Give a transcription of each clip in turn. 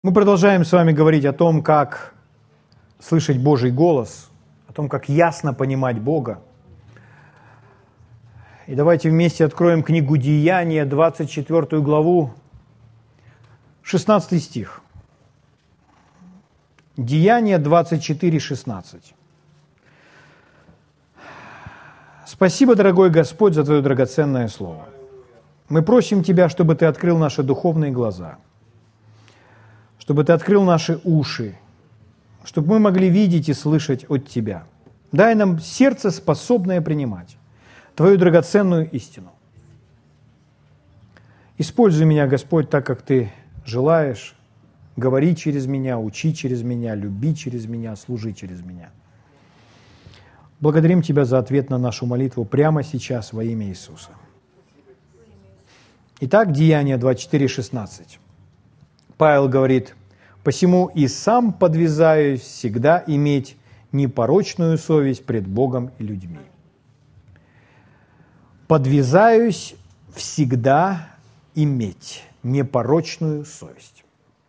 Мы продолжаем с вами говорить о том, как слышать Божий голос, о том, как ясно понимать Бога. И давайте вместе откроем книгу Деяния, 24 главу, 16 стих. Деяния 24, 16. Спасибо, дорогой Господь, за Твое драгоценное Слово. Мы просим Тебя, чтобы Ты открыл наши духовные глаза, чтобы Ты открыл наши уши, чтобы мы могли видеть и слышать от Тебя. Дай нам сердце, способное принимать Твою драгоценную истину. Используй меня, Господь, так, как Ты желаешь, говори через меня, учи через меня, люби через меня, служи через меня. Благодарим Тебя за ответ на нашу молитву прямо сейчас во имя Иисуса. Итак, Деяния 24, 16. Павел говорит: «Посему и сам подвязаюсь всегда иметь непорочную совесть пред Богом и людьми». Подвязаюсь всегда иметь непорочную совесть.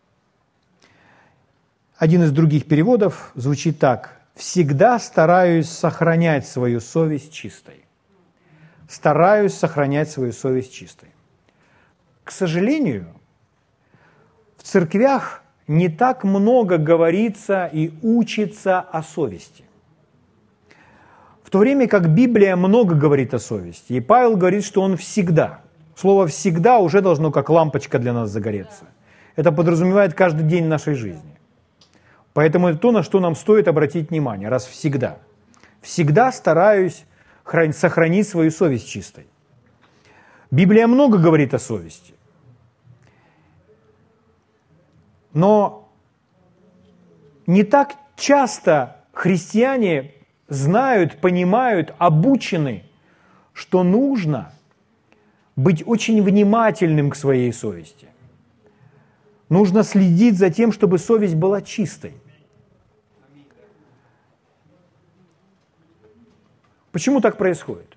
Один из других переводов звучит так: «Всегда стараюсь сохранять свою совесть чистой». Стараюсь сохранять свою совесть чистой. К сожалению, в церквях не так много говорится и учится о совести. В то время как Библия много говорит о совести, и Павел говорит, что он всегда. Слово «всегда» уже должно как лампочка для нас загореться. Это подразумевает каждый день нашей жизни. Поэтому это то, на что нам стоит обратить внимание, раз всегда. Всегда стараюсь сохранить свою совесть чистой. Библия много говорит о совести. Но не так часто христиане знают, понимают, обучены, что нужно быть очень внимательным к своей совести. Нужно следить за тем, чтобы совесть была чистой. Почему так происходит?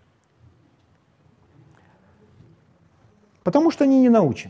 Потому что они не научены.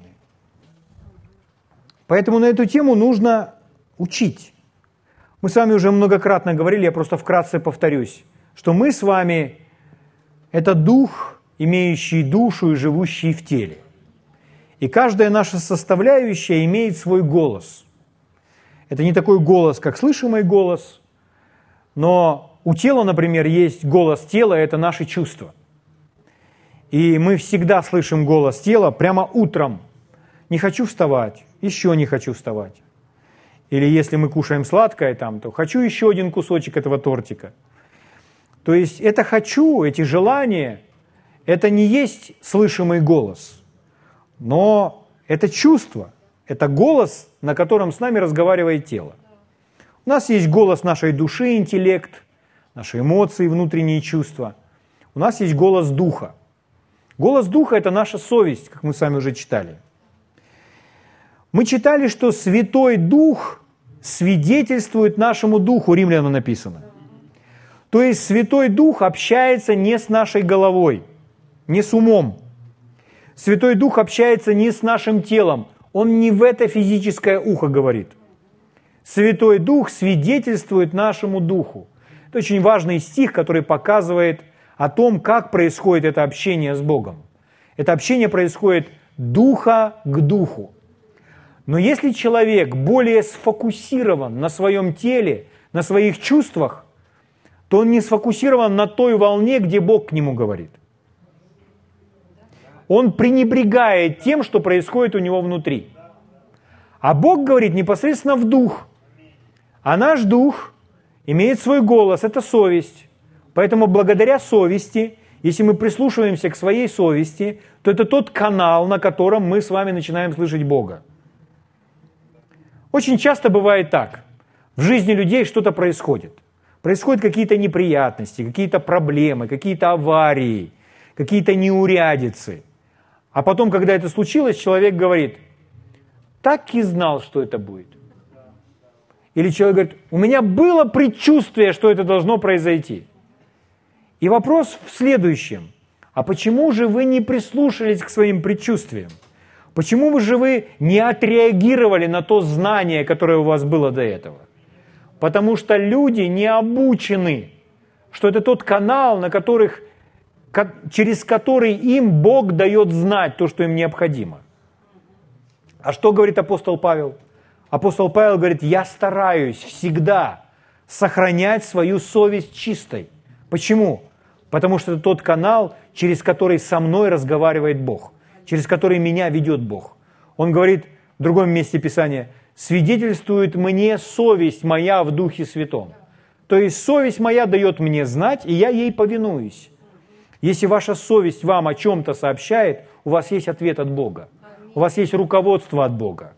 Поэтому на эту тему нужно учить. Мы с вами уже многократно говорили, я просто вкратце повторюсь, что мы с вами – это дух, имеющий душу и живущий в теле. И каждая наша составляющая имеет свой голос. Это не такой голос, как слышимый голос, но у тела, например, есть голос тела – это наши чувства. И мы всегда слышим голос тела прямо утром. Не хочу вставать, еще не хочу вставать. Или если мы кушаем сладкое, то хочу еще один кусочек этого тортика. То есть это «хочу», эти желания, это не есть слышимый голос, но это чувство, это голос, на котором с нами разговаривает тело. У нас есть голос нашей души, интеллект, наши эмоции, внутренние чувства. У нас есть голос духа. Голос духа – это наша совесть, как мы с вами уже читали. Мы читали, что Святой Дух свидетельствует нашему духу, Римлянам написано. То есть Святой Дух общается не с нашей головой, не с умом. Святой Дух общается не с нашим телом, Он не в это физическое ухо говорит. Святой Дух свидетельствует нашему духу. Это очень важный стих, который показывает о том, как происходит это общение с Богом. Это общение происходит духа к духу. Но если человек более сфокусирован на своем теле, на своих чувствах, то он не сфокусирован на той волне, где Бог к нему говорит. Он пренебрегает тем, что происходит у него внутри. А Бог говорит непосредственно в дух. А наш дух имеет свой голос, это совесть. Поэтому благодаря совести, если мы прислушиваемся к своей совести, то это тот канал, на котором мы с вами начинаем слышать Бога. Очень часто бывает так. В жизни людей что-то происходит. Происходят какие-то неприятности, какие-то проблемы, какие-то аварии, какие-то неурядицы. А потом, когда это случилось, человек говорит: так и знал, что это будет. Или человек говорит: у меня было предчувствие, что это должно произойти. И вопрос в следующем. А почему же вы не прислушались к своим предчувствиям? Почему же вы не отреагировали на то знание, которое у вас было до этого? Потому что люди не обучены, что это тот канал, через который им Бог дает знать то, что им необходимо. А что говорит апостол Павел? Апостол Павел говорит: я стараюсь всегда сохранять свою совесть чистой. Почему? Потому что это тот канал, через который со мной разговаривает Бог, через который меня ведет Бог. Он говорит в другом месте Писания: свидетельствует мне совесть моя в Духе Святом. То есть совесть моя дает мне знать, и я ей повинуюсь. Если ваша совесть вам о чем-то сообщает, у вас есть ответ от Бога. У вас есть руководство от Бога.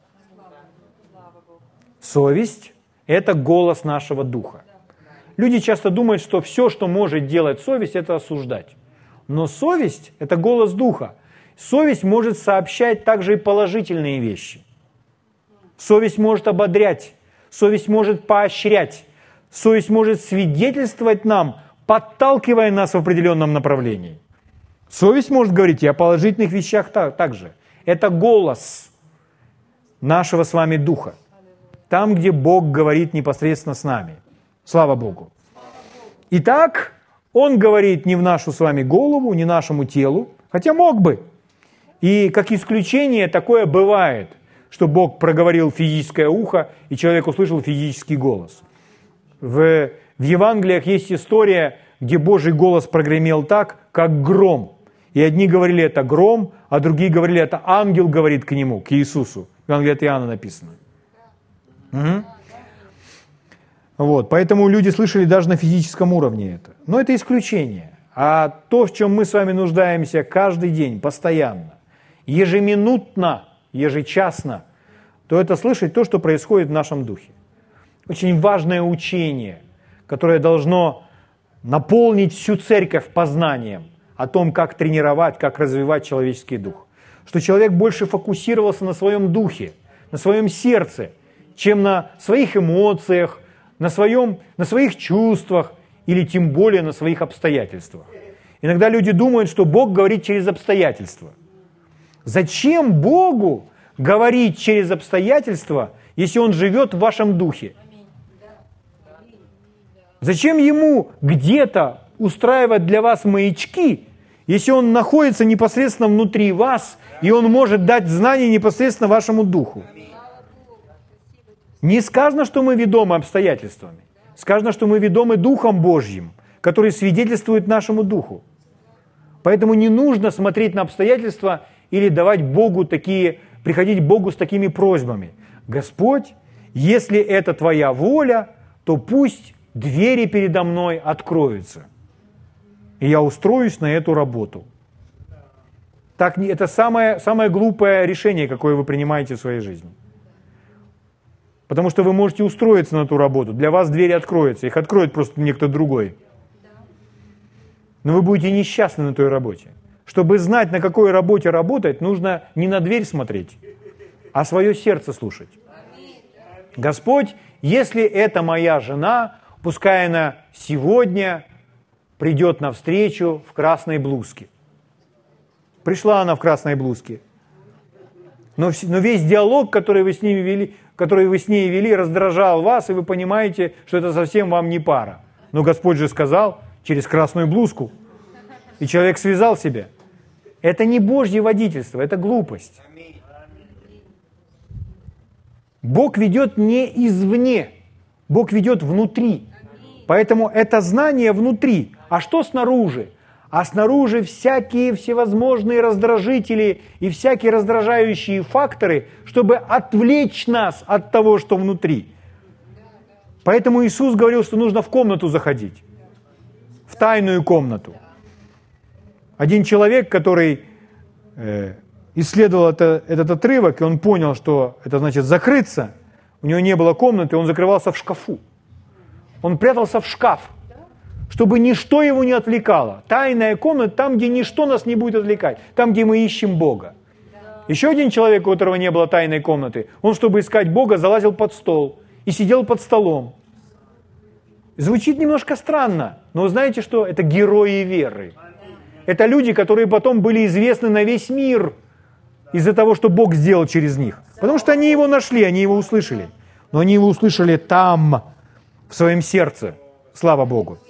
Совесть – это голос нашего духа. Люди часто думают, что все, что может делать совесть, это осуждать. Но совесть – это голос духа. Совесть может сообщать также и положительные вещи. Совесть может ободрять, совесть может поощрять, совесть может свидетельствовать нам, подталкивая нас в определенном направлении. Совесть может говорить и о положительных вещах также. Это голос нашего с вами духа. Там, где Бог говорит непосредственно с нами. Слава Богу. Итак, Он говорит не в нашу с вами голову, не нашему телу, хотя мог бы. И как исключение такое бывает, что Бог проговорил физическое ухо, и человек услышал физический голос. В Евангелиях есть история, где Божий голос прогремел так, как гром. И одни говорили, это гром, а другие говорили, это ангел говорит к нему, к Иисусу. В Евангелии от Иоанна написано. Угу. Вот, поэтому люди слышали даже на физическом уровне это. Но это исключение. А то, в чем мы с вами нуждаемся каждый день, постоянно, ежеминутно, ежечасно, то это слышать то, что происходит в нашем духе. Очень важное учение, которое должно наполнить всю церковь познанием о том, как тренировать, как развивать человеческий дух. Что человек больше фокусировался на своем духе, на своем сердце, чем на своих эмоциях, на своих чувствах или тем более на своих обстоятельствах. Иногда люди думают, что Бог говорит через обстоятельства. Зачем Богу говорить через обстоятельства, если Он живет в вашем духе? Зачем Ему где-то устраивать для вас маячки, если Он находится непосредственно внутри вас, и Он может дать знания непосредственно вашему духу? Не сказано, что мы ведомы обстоятельствами. Сказано, что мы ведомы Духом Божьим, который свидетельствует нашему духу. Поэтому не нужно смотреть на обстоятельства или приходить к Богу с такими просьбами. Господь, если это Твоя воля, то пусть двери передо мной откроются, и я устроюсь на эту работу. Это самое глупое решение, какое вы принимаете в своей жизни. Потому что вы можете устроиться на ту работу, для вас двери откроются, их откроет просто некто другой. Но вы будете несчастны на той работе. Чтобы знать, на какой работе работать, нужно не на дверь смотреть, а свое сердце слушать. Господь, если это моя жена, пускай она сегодня придет навстречу в красной блузке. Пришла она в красной блузке. Но весь диалог, который вы с ней вели, раздражал вас, и вы понимаете, что это совсем вам не пара. Но Господь же сказал через красную блузку, и человек связал себя. Это не Божье водительство, это глупость. Бог ведет не извне, Бог ведет внутри. Поэтому это знание внутри. А что снаружи? А снаружи всякие всевозможные раздражители и всякие раздражающие факторы, чтобы отвлечь нас от того, что внутри. Поэтому Иисус говорил, что нужно в комнату заходить, в тайную комнату. Один человек, который исследовал этот отрывок, и он понял, что это значит закрыться, у него не было комнаты, он закрывался в шкафу. Он прятался в шкаф, чтобы ничто его не отвлекало. Тайная комната, там, где ничто нас не будет отвлекать, там, где мы ищем Бога. Еще один человек, у которого не было тайной комнаты, он, чтобы искать Бога, залазил под стол и сидел под столом. Звучит немножко странно, но вы знаете что? Это герои веры. Это люди, которые потом были известны на весь мир. из-за того, что Бог сделал через них. Потому что они Его нашли, они Его услышали. Но они Его услышали там, в своем сердце. Слава Богу.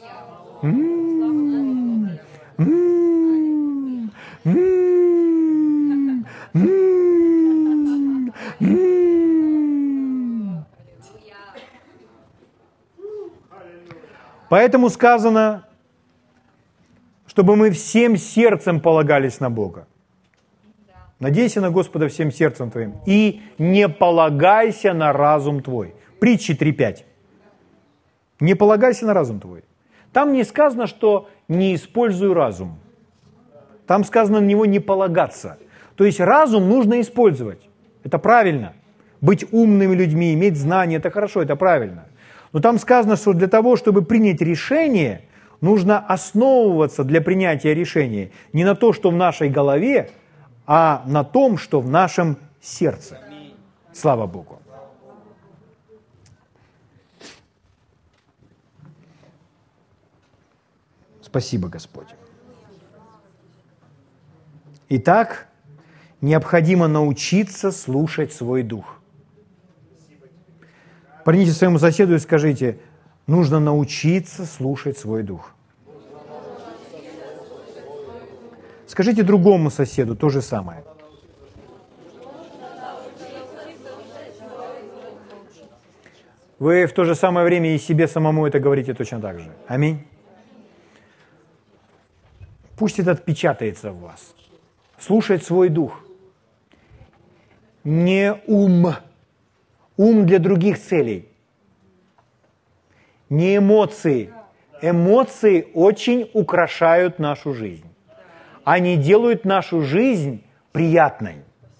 Поэтому сказано, чтобы мы всем сердцем полагались на Бога. Надейся на Господа всем сердцем твоим и не полагайся на разум твой. Притчи 3:5. Не полагайся на разум твой. Там не сказано, что не используй разум. Там сказано на него не полагаться. То есть разум нужно использовать. Это правильно. Быть умными людьми, иметь знания, это хорошо, это правильно. Но там сказано, что для того, чтобы принять решение, нужно основываться для принятия решения не на то, что в нашей голове, а на том, что в нашем сердце. Слава Богу. Спасибо, Господь. Итак, необходимо научиться слушать свой дух. Поверните своему соседу и скажите, нужно научиться слушать свой дух. Скажите другому соседу то же самое. Вы в то же самое время и себе самому это говорите точно так же. Аминь. Пусть это отпечатается в вас. Слушать свой дух. Не ум. Ум для других целей. Не эмоции. Эмоции очень украшают нашу жизнь. Они делают нашу жизнь приятной.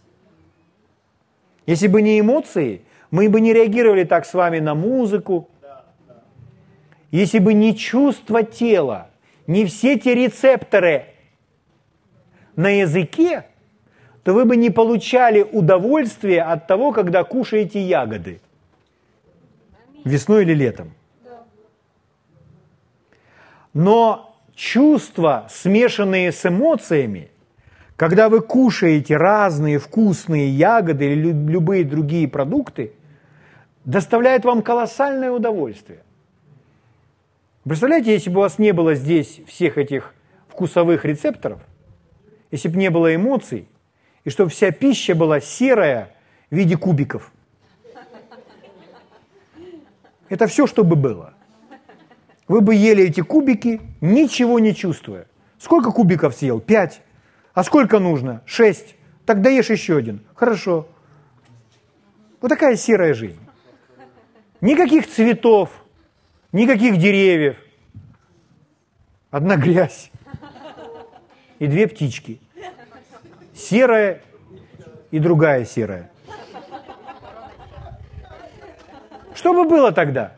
Если бы не эмоции, мы бы не реагировали так с вами на музыку. Если бы не чувство тела, не все те рецепторы на языке, то вы бы не получали удовольствие от того, когда кушаете ягоды. Весной или летом. Но чувства, смешанные с эмоциями, когда вы кушаете разные вкусные ягоды или любые другие продукты, доставляют вам колоссальное удовольствие. Представляете, если бы у вас не было здесь всех этих вкусовых рецепторов, если бы не было эмоций, и чтобы вся пища была серая в виде кубиков. Это все, что бы было. Вы бы ели эти кубики, ничего не чувствуя. Сколько кубиков съел? 5. А сколько нужно? 6. Так доешь еще один. Хорошо. Вот такая серая жизнь. Никаких цветов, никаких деревьев. Одна грязь. И 2 птички. Серая и другая серая. Что бы было тогда?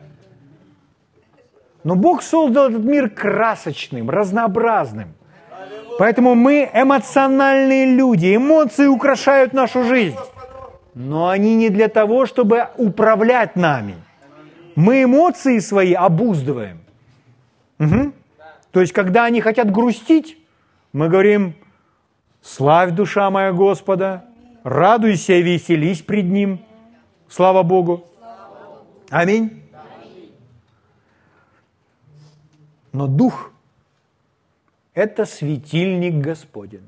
Но Бог создал этот мир красочным, разнообразным. Поэтому мы эмоциональные люди. Эмоции украшают нашу жизнь. Но они не для того, чтобы управлять нами. Мы эмоции свои обуздываем. Угу. То есть, когда они хотят грустить, мы говорим: «Славь, душа моя, Господа, радуйся и веселись пред Ним». Слава Богу. Аминь. Но Дух – это светильник Господень.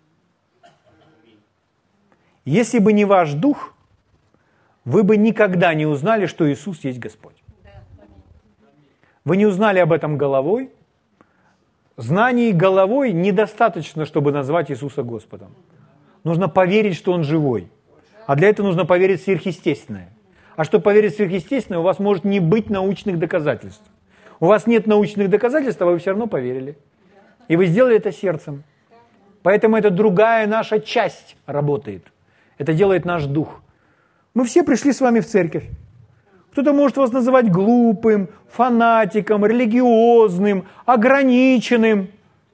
Если бы не ваш Дух, вы бы никогда не узнали, что Иисус есть Господь. Вы не узнали об этом головой. Знаний головой недостаточно, чтобы назвать Иисуса Господом. Нужно поверить, что Он живой. А для этого нужно поверить в сверхъестественное. А чтобы поверить в сверхъестественное, у вас может не быть научных доказательств. У вас нет научных доказательств, а вы все равно поверили. И вы сделали это сердцем. Поэтому это другая наша часть работает. Это делает наш дух. Мы все пришли с вами в церковь. Кто-то может вас называть глупым, фанатиком, религиозным, ограниченным.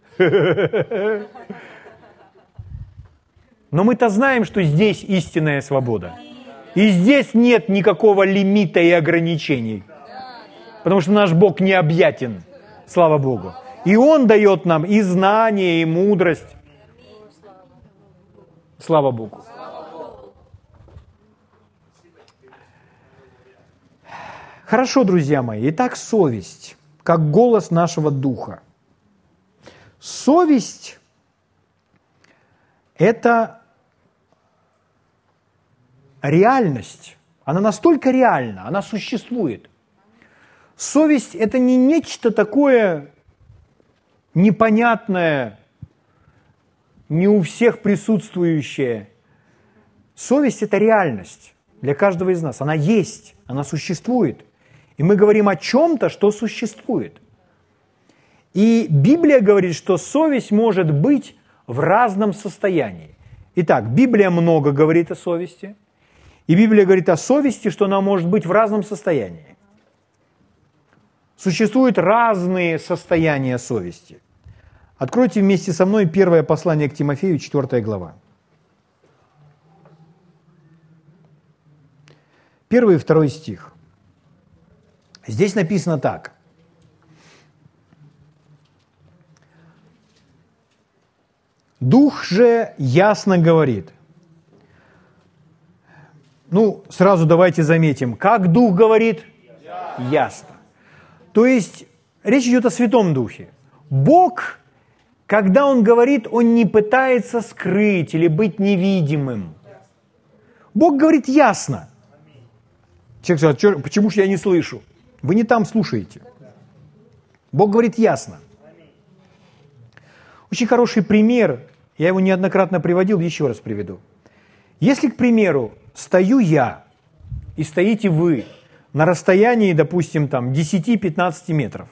Но мы-то знаем, что здесь истинная свобода. И здесь нет никакого лимита и ограничений. Потому что наш Бог необъятен, слава Богу. И Он дает нам и знание, и мудрость. Слава Богу. Хорошо, друзья мои. Итак, совесть, как голос нашего духа. Совесть – это реальность. Она настолько реальна, она существует. Совесть – это не нечто такое непонятное, не у всех присутствующее. Совесть – это реальность для каждого из нас. Она есть, она существует. И мы говорим о чем-то, что существует. И Библия говорит, что совесть может быть в разном состоянии. Итак, Библия много говорит о совести. И Библия говорит о совести, что она может быть в разном состоянии. Существуют разные состояния совести. Откройте вместе со мной первое послание к Тимофею, 4 глава. 1 и 2 стих. Здесь написано так. Дух же ясно говорит. Сразу давайте заметим, как Дух говорит? Ясно. То есть речь идет о Святом Духе. Бог, когда Он говорит, Он не пытается скрыть или быть невидимым. Бог говорит ясно. Человек сказал, почему же я не слышу? Вы не там слушаете. Бог говорит ясно. Очень хороший пример, я его неоднократно приводил, еще раз приведу. Если, к примеру, стою я и стоите вы на расстоянии, допустим, 10-15 метров.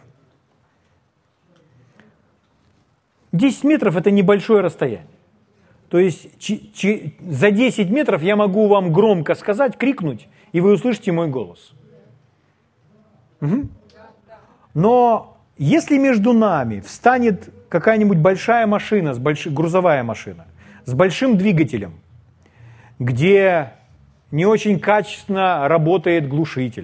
10 метров – это небольшое расстояние. То есть за 10 метров я могу вам громко сказать, крикнуть, и вы услышите мой голос. Угу. Но если между нами встанет какая-нибудь большая машина, грузовая машина, с большим двигателем, где не очень качественно работает глушитель,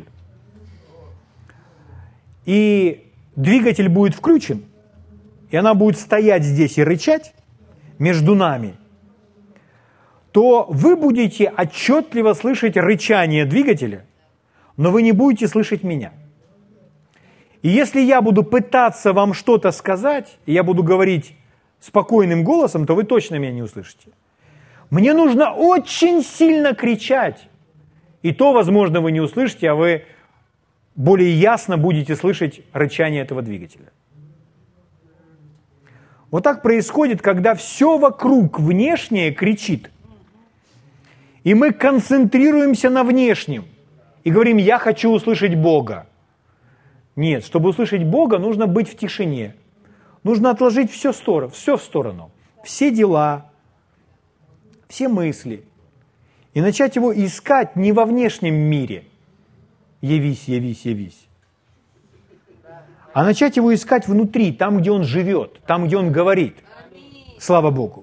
и двигатель будет включен, и она будет стоять здесь и рычать между нами, то вы будете отчетливо слышать рычание двигателя, но вы не будете слышать меня. И если я буду пытаться вам что-то сказать, и я буду говорить спокойным голосом, то вы точно меня не услышите. Мне нужно очень сильно кричать, и то, возможно, вы не услышите, а вы более ясно будете слышать рычание этого двигателя. Вот так происходит, когда все вокруг внешнее кричит, и мы концентрируемся на внешнем, и говорим, я хочу услышать Бога. Нет, чтобы услышать Бога, нужно быть в тишине. Нужно отложить все в сторону. Все дела, все мысли. И начать его искать не во внешнем мире. Явись, явись, явись. А начать его искать внутри, там, где он живет, там, где он говорит. Слава Богу.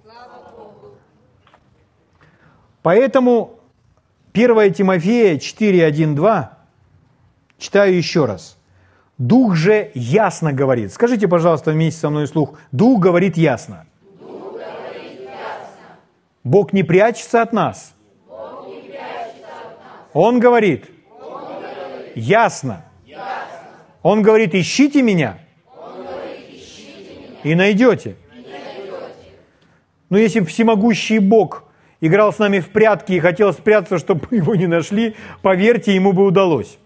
Поэтому 1 Тимофея 4, 1, 2 читаю еще раз. Дух же ясно говорит. Скажите, пожалуйста, вместе со мной вслух. Дух говорит ясно. Дух говорит ясно. Бог не прячется от нас. Бог не прячется от нас. Он говорит. Он говорит Ясно. ясно. Он говорит, ищите меня. Он говорит, ищите меня И найдете. и найдете. Но если бы всемогущий Бог играл с нами в прятки и хотел спрятаться, чтобы мы его не нашли, поверьте, ему бы удалось.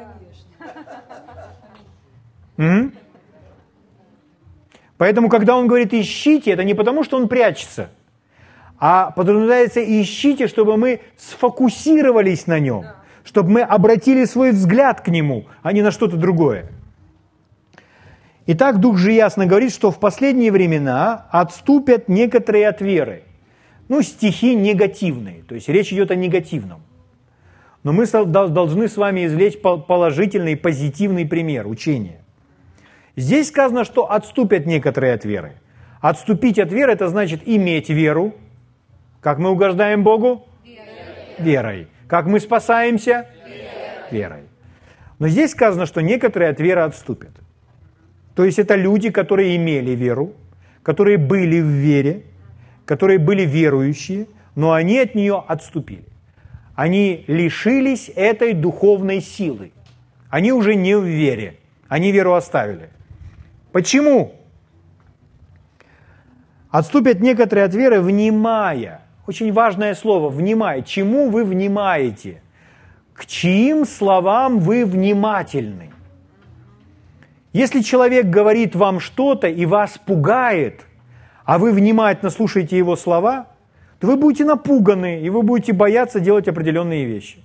Угу. Поэтому, когда он говорит «ищите», это не потому, что он прячется, а подразумевается «ищите», чтобы мы сфокусировались на нем, чтобы мы обратили свой взгляд к нему, а не на что-то другое. Итак, Дух же ясно говорит, что в последние времена отступят некоторые от веры. Стихи негативные, то есть речь идет о негативном. Но мы должны с вами извлечь положительный, позитивный пример, учение. Здесь сказано, что отступят некоторые от веры. Отступить от веры – это значит иметь веру. Как мы угождаем Богу? Верой. Как мы спасаемся? Верой. Но здесь сказано, что некоторые от веры отступят. То есть это люди, которые имели веру, которые были в вере, которые были верующие, но они от нее отступили. Они лишились этой духовной силы. Они уже не в вере, они веру оставили. Почему? Отступят некоторые от веры, внимая. Очень важное слово, внимая. Чему вы внимаете? К чьим словам вы внимательны? Если человек говорит вам что-то и вас пугает, а вы внимательно слушаете его слова, то вы будете напуганы, и вы будете бояться делать определенные вещи.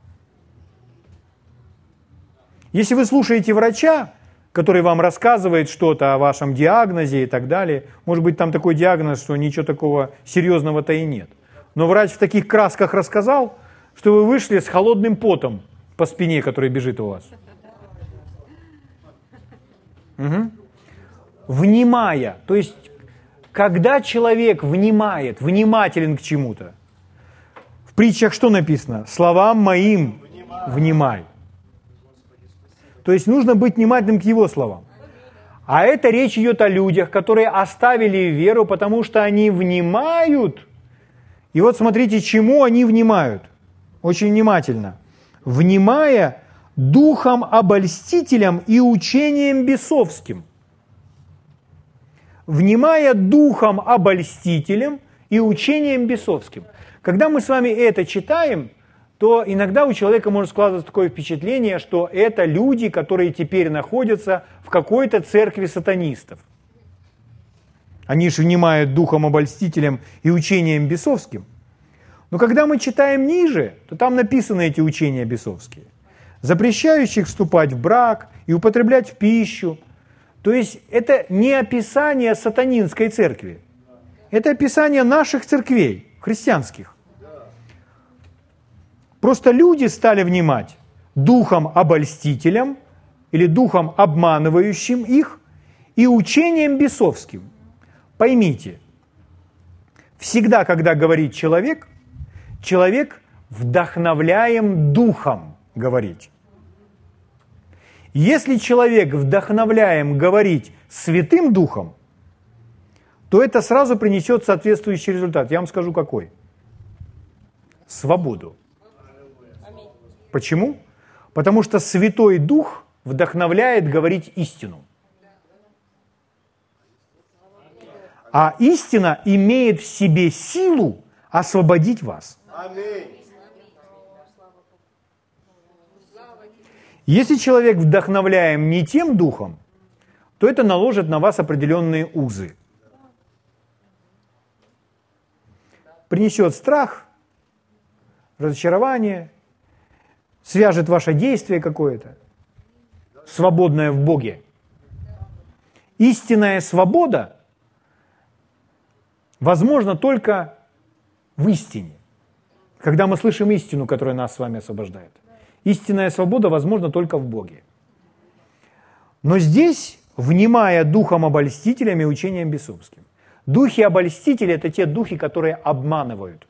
Если вы слушаете врача, который вам рассказывает что-то о вашем диагнозе и так далее, может быть, там такой диагноз, что ничего такого серьезного-то и нет. Но врач в таких красках рассказал, что вы вышли с холодным потом по спине, который бежит у вас. Угу. Внимая, то есть, когда человек внимает, внимателен к чему-то, в притчах что написано? «Словам моим внимай». То есть нужно быть внимательным к его словам. А это речь идет о людях, которые оставили веру, потому что они внимают. И вот смотрите, чему они внимают. Очень внимательно. Внимая духом обольстителям и учением бесовским. Внимая духом обольстителям и учением бесовским. Когда мы с вами это читаем, то иногда у человека может складываться такое впечатление, что это люди, которые теперь находятся в какой-то церкви сатанистов. Они же внимают духом обольстителям и учением бесовским. Но когда мы читаем ниже, то там написаны эти учения бесовские. Запрещающих вступать в брак и употреблять в пищу. То есть это не описание сатанинской церкви. Это описание наших церквей, христианских. Просто люди стали внимать духом обольстителям или духом обманывающим их и учением бесовским. Поймите, всегда, когда говорит человек, человек вдохновляем духом говорить. Если человек вдохновляем говорить Святым Духом, то это сразу принесет соответствующий результат. Я вам скажу, какой. Свободу. Почему? Потому что Святой Дух вдохновляет говорить истину. А истина имеет в себе силу освободить вас. Если человек вдохновляем не тем духом, то это наложит на вас определенные узы. Принесет страх, разочарование, свяжет ваше действие какое-то, свободное в Боге. Истинная свобода возможна только в истине, когда мы слышим истину, которая нас с вами освобождает. Истинная свобода возможна только в Боге. Но здесь, внимая духом обольстителям и учением бесовским. Духи обольстители – это те духи, которые обманывают.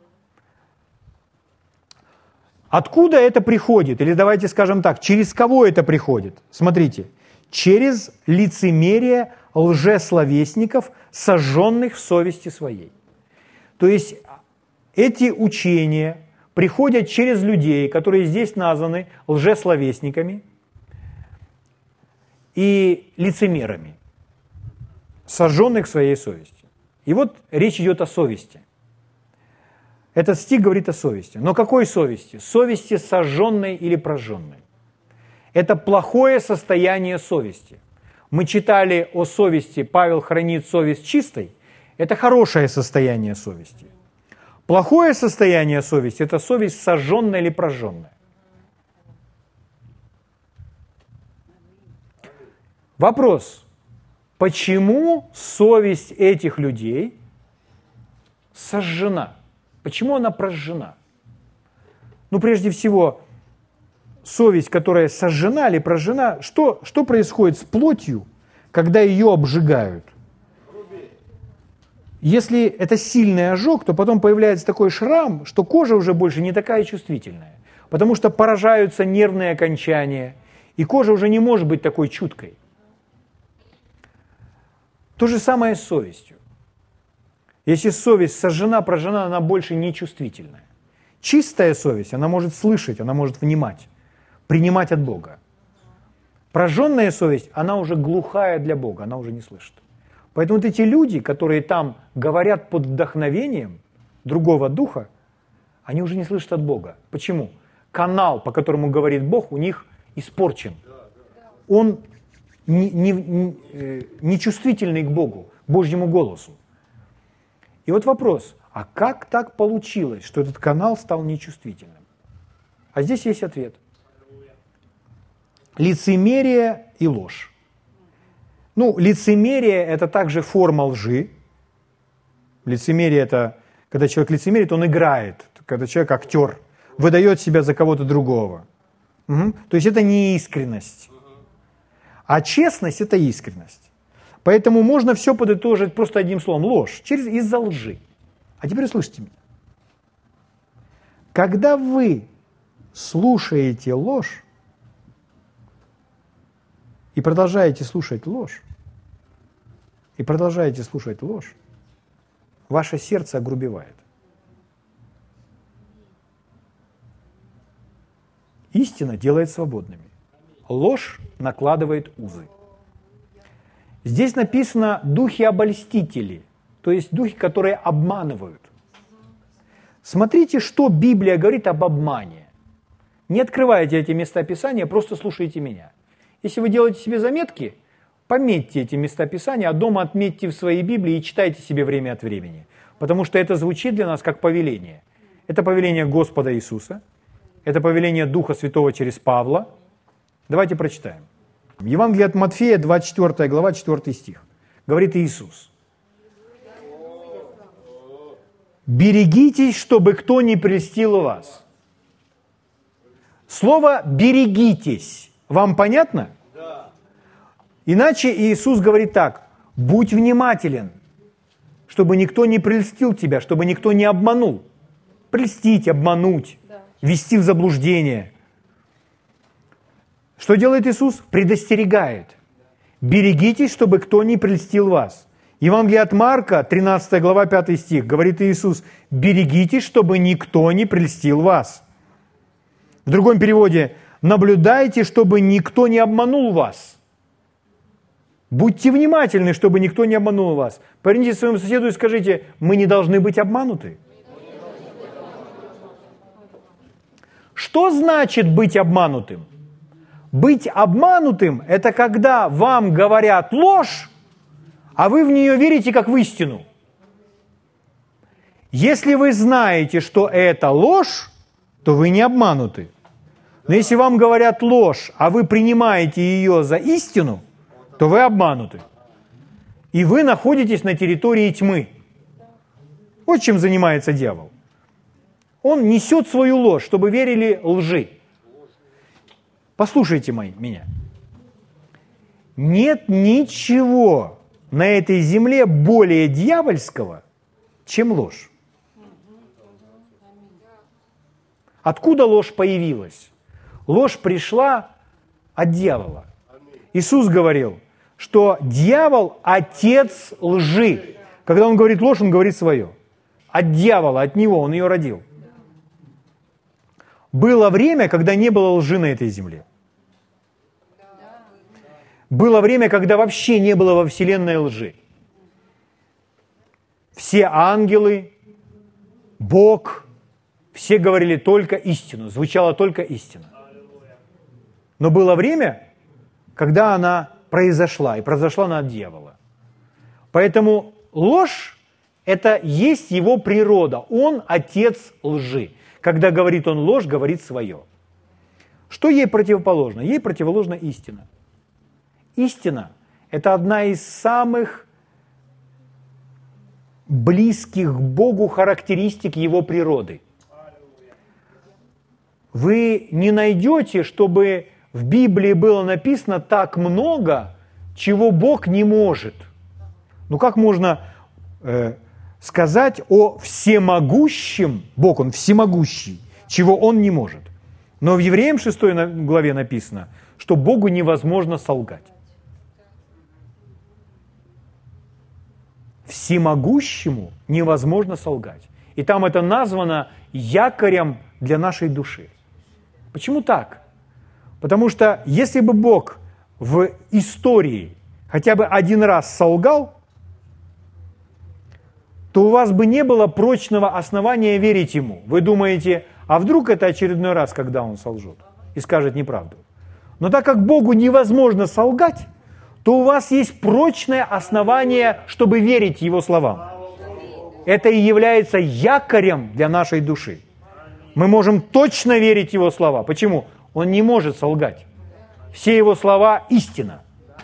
Откуда это приходит? Или давайте скажем так, через кого это приходит? Смотрите, через лицемерие лжесловесников, сожженных в совести своей. То есть эти учения приходят через людей, которые здесь названы лжесловесниками и лицемерами, сожженных в своей совести. И вот речь идет о совести. Этот стих говорит о совести. Но какой совести? Совести сожженной или прожженной. Это плохое состояние совести. Мы читали о совести, Павел хранит совесть чистой. Это хорошее состояние совести. Плохое состояние совести – это совесть сожженная или прожженная. Вопрос. Почему совесть этих людей сожжена? Почему она прожжена? Ну, прежде всего, совесть, которая сожжена или прожжена, что происходит с плотью, когда ее обжигают? Если это сильный ожог, то потом появляется такой шрам, что кожа уже больше не такая чувствительная, потому что поражаются нервные окончания, и кожа уже не может быть такой чуткой. То же самое с совестью. Если совесть сожжена, прожжена, она больше не чувствительная. Чистая совесть, она может слышать, она может внимать, принимать от Бога. Прожженная совесть, она уже глухая для Бога, она уже не слышит. Поэтому вот эти люди, которые там говорят под вдохновением другого духа, они уже не слышат от Бога. Почему? Канал, по которому говорит Бог, у них испорчен. Он не чувствительный к Богу, к Божьему голосу. И вот вопрос, а как так получилось, что этот канал стал нечувствительным? А здесь есть ответ. Лицемерие и ложь. Лицемерие – это также форма лжи. Лицемерие – это, когда человек лицемерит, он играет, когда человек актер, выдает себя за кого-то другого. Угу. То есть это не искренность. А честность – это искренность. Поэтому можно все подытожить просто одним словом – ложь, из-за лжи. А теперь услышьте меня. Когда вы слушаете ложь и продолжаете слушать ложь, ваше сердце огрубевает. Истина делает свободными. Ложь накладывает узы. Здесь написано духи-обольстители, то есть духи, которые обманывают. Смотрите, что Библия говорит об обмане. Не открывайте эти места Писания, просто слушайте меня. Если вы делаете себе заметки, пометьте эти места Писания, а дома отметьте в своей Библии и читайте себе время от времени. Потому что это звучит для нас как повеление. Это повеление Господа Иисуса, это повеление Духа Святого через Павла. Давайте прочитаем. Евангелие от Матфея, 24 глава, 4 стих. Говорит Иисус. «Берегитесь, чтобы кто не прельстил вас». Слово «берегитесь» вам понятно? Да. Иначе Иисус говорит так: «Будь внимателен, чтобы никто не прельстил тебя, чтобы никто не обманул». Прельстить, обмануть, ввести в заблуждение. Что делает Иисус? Предостерегает. «Берегитесь, чтобы кто не прельстил вас». Евангелие от Марка, 13 глава, 5 стих, говорит Иисус: «Берегитесь, чтобы никто не прельстил вас». В другом переводе: «Наблюдайте, чтобы никто не обманул вас». Будьте внимательны, чтобы никто не обманул вас. Повернитесь к своему соседу и скажите: мы не должны быть обмануты. Что значит быть обманутым? Быть обманутым – это когда вам говорят ложь, а вы в нее верите как в истину. Если вы знаете, что это ложь, то вы не обмануты. Но если вам говорят ложь, а вы принимаете ее за истину, то вы обмануты. И вы находитесь на территории тьмы. Вот чем занимается дьявол. Он несет свою ложь, чтобы верили лжи. Послушайте меня. Нет ничего на этой земле более дьявольского, чем ложь. Откуда ложь появилась? Ложь пришла от дьявола. Иисус говорил, что дьявол – отец лжи. Когда он говорит ложь, он говорит свое. От дьявола, от него, он ее родил. Было время, когда не было лжи на этой земле. Было время, когда вообще не было во Вселенной лжи. Все ангелы, Бог, все говорили только истину, звучала только истина. Но было время, когда она произошла, и произошла она от дьявола. Поэтому ложь – это есть его природа. Он отец лжи. Когда говорит он ложь, говорит свое. Что ей противоположно? Ей противоположна истина. Истина – это одна из самых близких к Богу характеристик его природы. Вы не найдете, чтобы в Библии было написано так много, чего Бог не может. Ну как можно сказать о всемогущем, Бог, Он всемогущий, чего Он не может? Но в Евреям 6 главе написано, что Богу невозможно солгать. всемогущему невозможно солгать. И там это названо якорем для нашей души. Почему так? Потому что если бы Бог в истории хотя бы один раз солгал, то у вас бы не было прочного основания верить Ему. Вы думаете, а вдруг это очередной раз, когда Он солжет и скажет неправду? Но так как Богу невозможно солгать, то у вас есть прочное основание, чтобы верить Его словам. Это и является якорем для нашей души. Мы можем точно верить Его слова. Почему? Он не может солгать. Все Его слова – истина.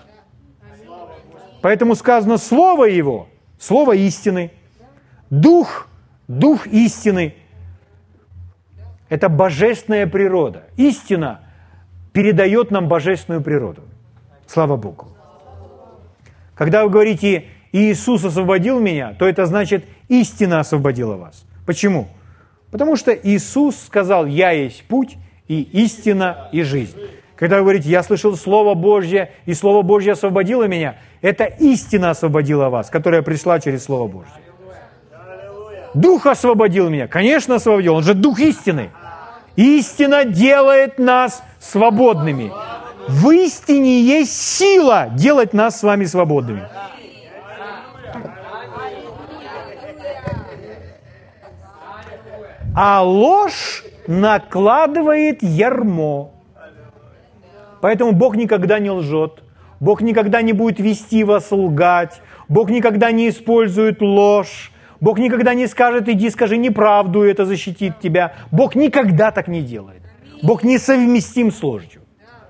Поэтому сказано Слово Его, Слово истины, Дух истины. Это божественная природа. Истина передает нам божественную природу. Слава Богу. Когда вы говорите «Иисус освободил меня», то это значит «истина освободила вас». Почему? Потому что Иисус сказал «Я есть путь и истина и жизнь». Когда вы говорите «Я слышал Слово Божье, и Слово Божье освободило меня», это истина освободила вас, которая пришла через Слово Божье. Дух освободил меня. Конечно, освободил. Он же Дух истины. Истина делает нас свободными. В истине есть сила делать нас с вами свободными. А ложь накладывает ярмо. Поэтому Бог никогда не лжет. Бог никогда не будет вести вас лгать. Бог никогда не использует ложь. Бог никогда не скажет, иди, скажи неправду, это защитит тебя. Бог никогда так не делает. Бог несовместим с ложью.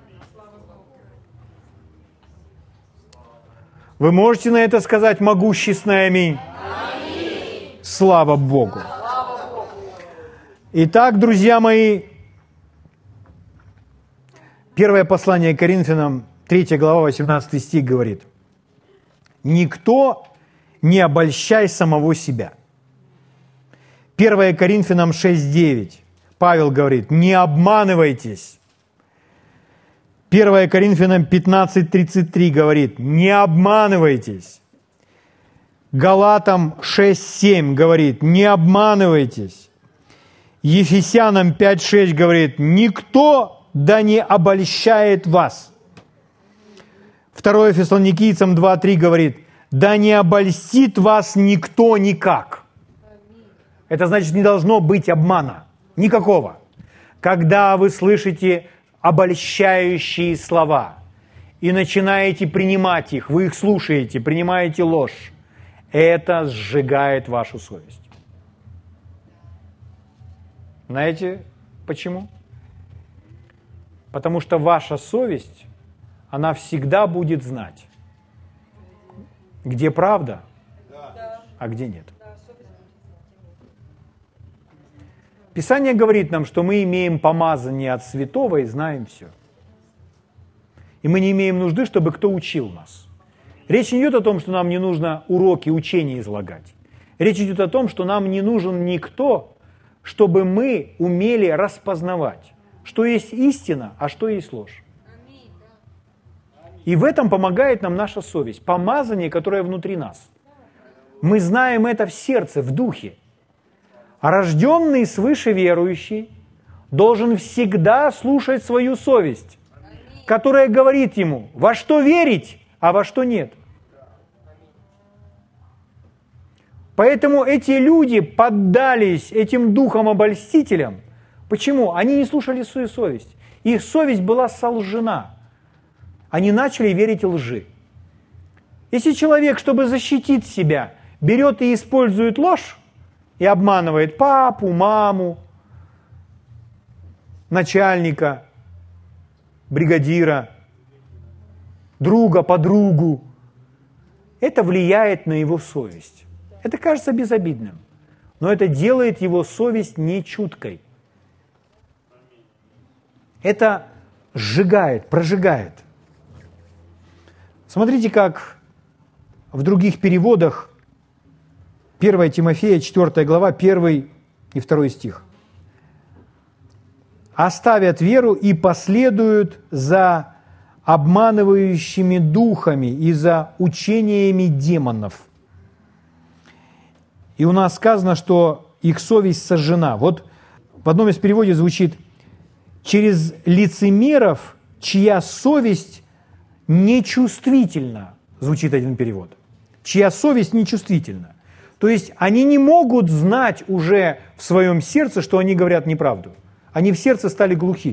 Вы можете на это сказать могущественное аминь? Слава Богу. Итак, друзья мои, первое послание к Коринфянам, 3 глава, 18 стих говорит: «Никто не обольщай самого себя». 1 Коринфянам 6:9 Павел говорит: «Не обманывайтесь». 1 Коринфянам 15:33 говорит: «Не обманывайтесь». Галатам 6:7 говорит: «Не обманывайтесь». Ефесянам 5:6 говорит: «Никто да не обольщает вас». 2 Фессалоникийцам 2:3 говорит: «Да не обольстит вас никто никак». Это значит, не должно быть обмана. Никакого. Когда вы слышите обольщающие слова и начинаете принимать их, вы их слушаете, принимаете ложь, это сжигает вашу совесть. Знаете почему? Потому что ваша совесть, она всегда будет знать, где правда, а где нет. Писание говорит нам, что мы имеем помазание от святого и знаем все. И мы не имеем нужды, чтобы кто учил нас. Речь не идет о том, что нам не нужно уроки, учения излагать. Речь идет о том, что нам не нужен никто, чтобы мы умели распознавать, что есть истина, а что есть ложь. И в этом помогает нам наша совесть, помазание, которое внутри нас. Мы знаем это в сердце, в духе. А рожденный свыше верующий должен всегда слушать свою совесть, которая говорит ему, во что верить, а во что нет. Поэтому эти люди поддались этим духам-обольстителям. Почему? Они не слушали свою совесть. Их совесть была солжена. Они начали верить лжи. Если человек, чтобы защитить себя, берет и использует ложь, и обманывает папу, маму, начальника, бригадира, друга, подругу, это влияет на его совесть. Это кажется безобидным, но это делает его совесть нечуткой. Это сжигает, прожигает. Смотрите, как в других переводах 1 Тимофея, 4 глава, 1 и 2 стих. «Оставят веру и последуют за обманывающими духами и за учениями демонов». И у нас сказано, что их совесть сожжена. Вот в одном из переводов звучит: через лицемеров, чья совесть нечувствительна. Звучит один перевод. Чья совесть нечувствительна. То есть они не могут знать уже в своем сердце, что они говорят неправду. Они в сердце стали глухи.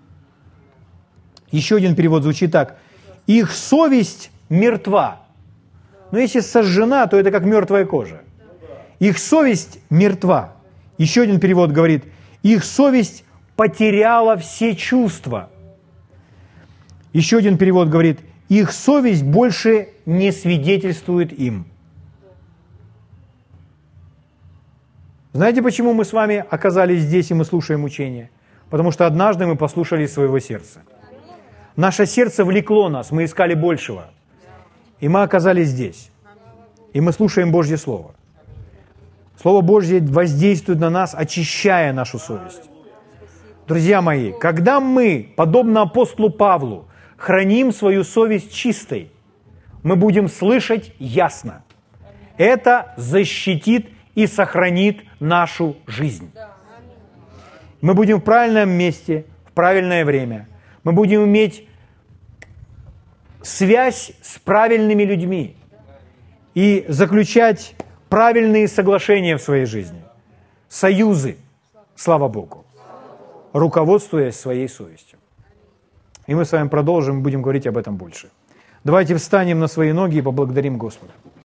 Еще один перевод звучит так: их совесть мертва. Но если сожжена, то это как мертвая кожа. Их совесть мертва. Еще один перевод говорит: их совесть потеряла все чувства. Еще один перевод говорит: их совесть больше не свидетельствует им. Знаете, почему мы с вами оказались здесь и мы слушаем учение? Потому что однажды мы послушались своего сердца. Наше сердце влекло нас, мы искали большего. И мы оказались здесь. И мы слушаем Божье Слово. Слово Божье воздействует на нас, очищая нашу совесть. Друзья мои, когда мы, подобно апостолу Павлу, храним свою совесть чистой, мы будем слышать ясно. Это защитит и сохранит нашу жизнь. Мы будем в правильном месте, в правильное время. Мы будем иметь связь с правильными людьми и заключать правильные соглашения в своей жизни, союзы, слава Богу, руководствуясь своей совестью. И мы с вами продолжим, будем говорить об этом больше. Давайте встанем на свои ноги и поблагодарим Господа.